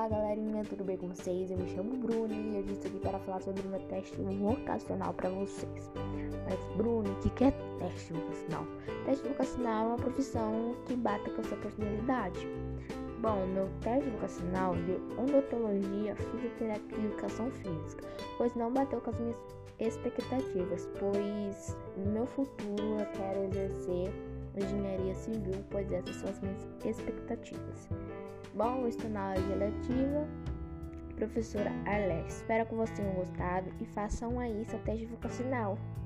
Olá galerinha, tudo bem com vocês? Eu me chamo Bruno e eu estou aqui para falar sobre o meu teste vocacional para vocês. Mas Bruno, o que é teste vocacional? Teste vocacional é uma profissão que bate com a sua personalidade. Bom, meu teste vocacional de odontologia, fisioterapia e educação física, pois não bateu com as minhas expectativas, pois no meu futuro eu quero exercer engenharia civil, pois essas são as minhas expectativas. Bom, eu estou na aula de eletiva, professora Arlete. Espero que vocês tenham gostado e façam aí seu teste vocacional.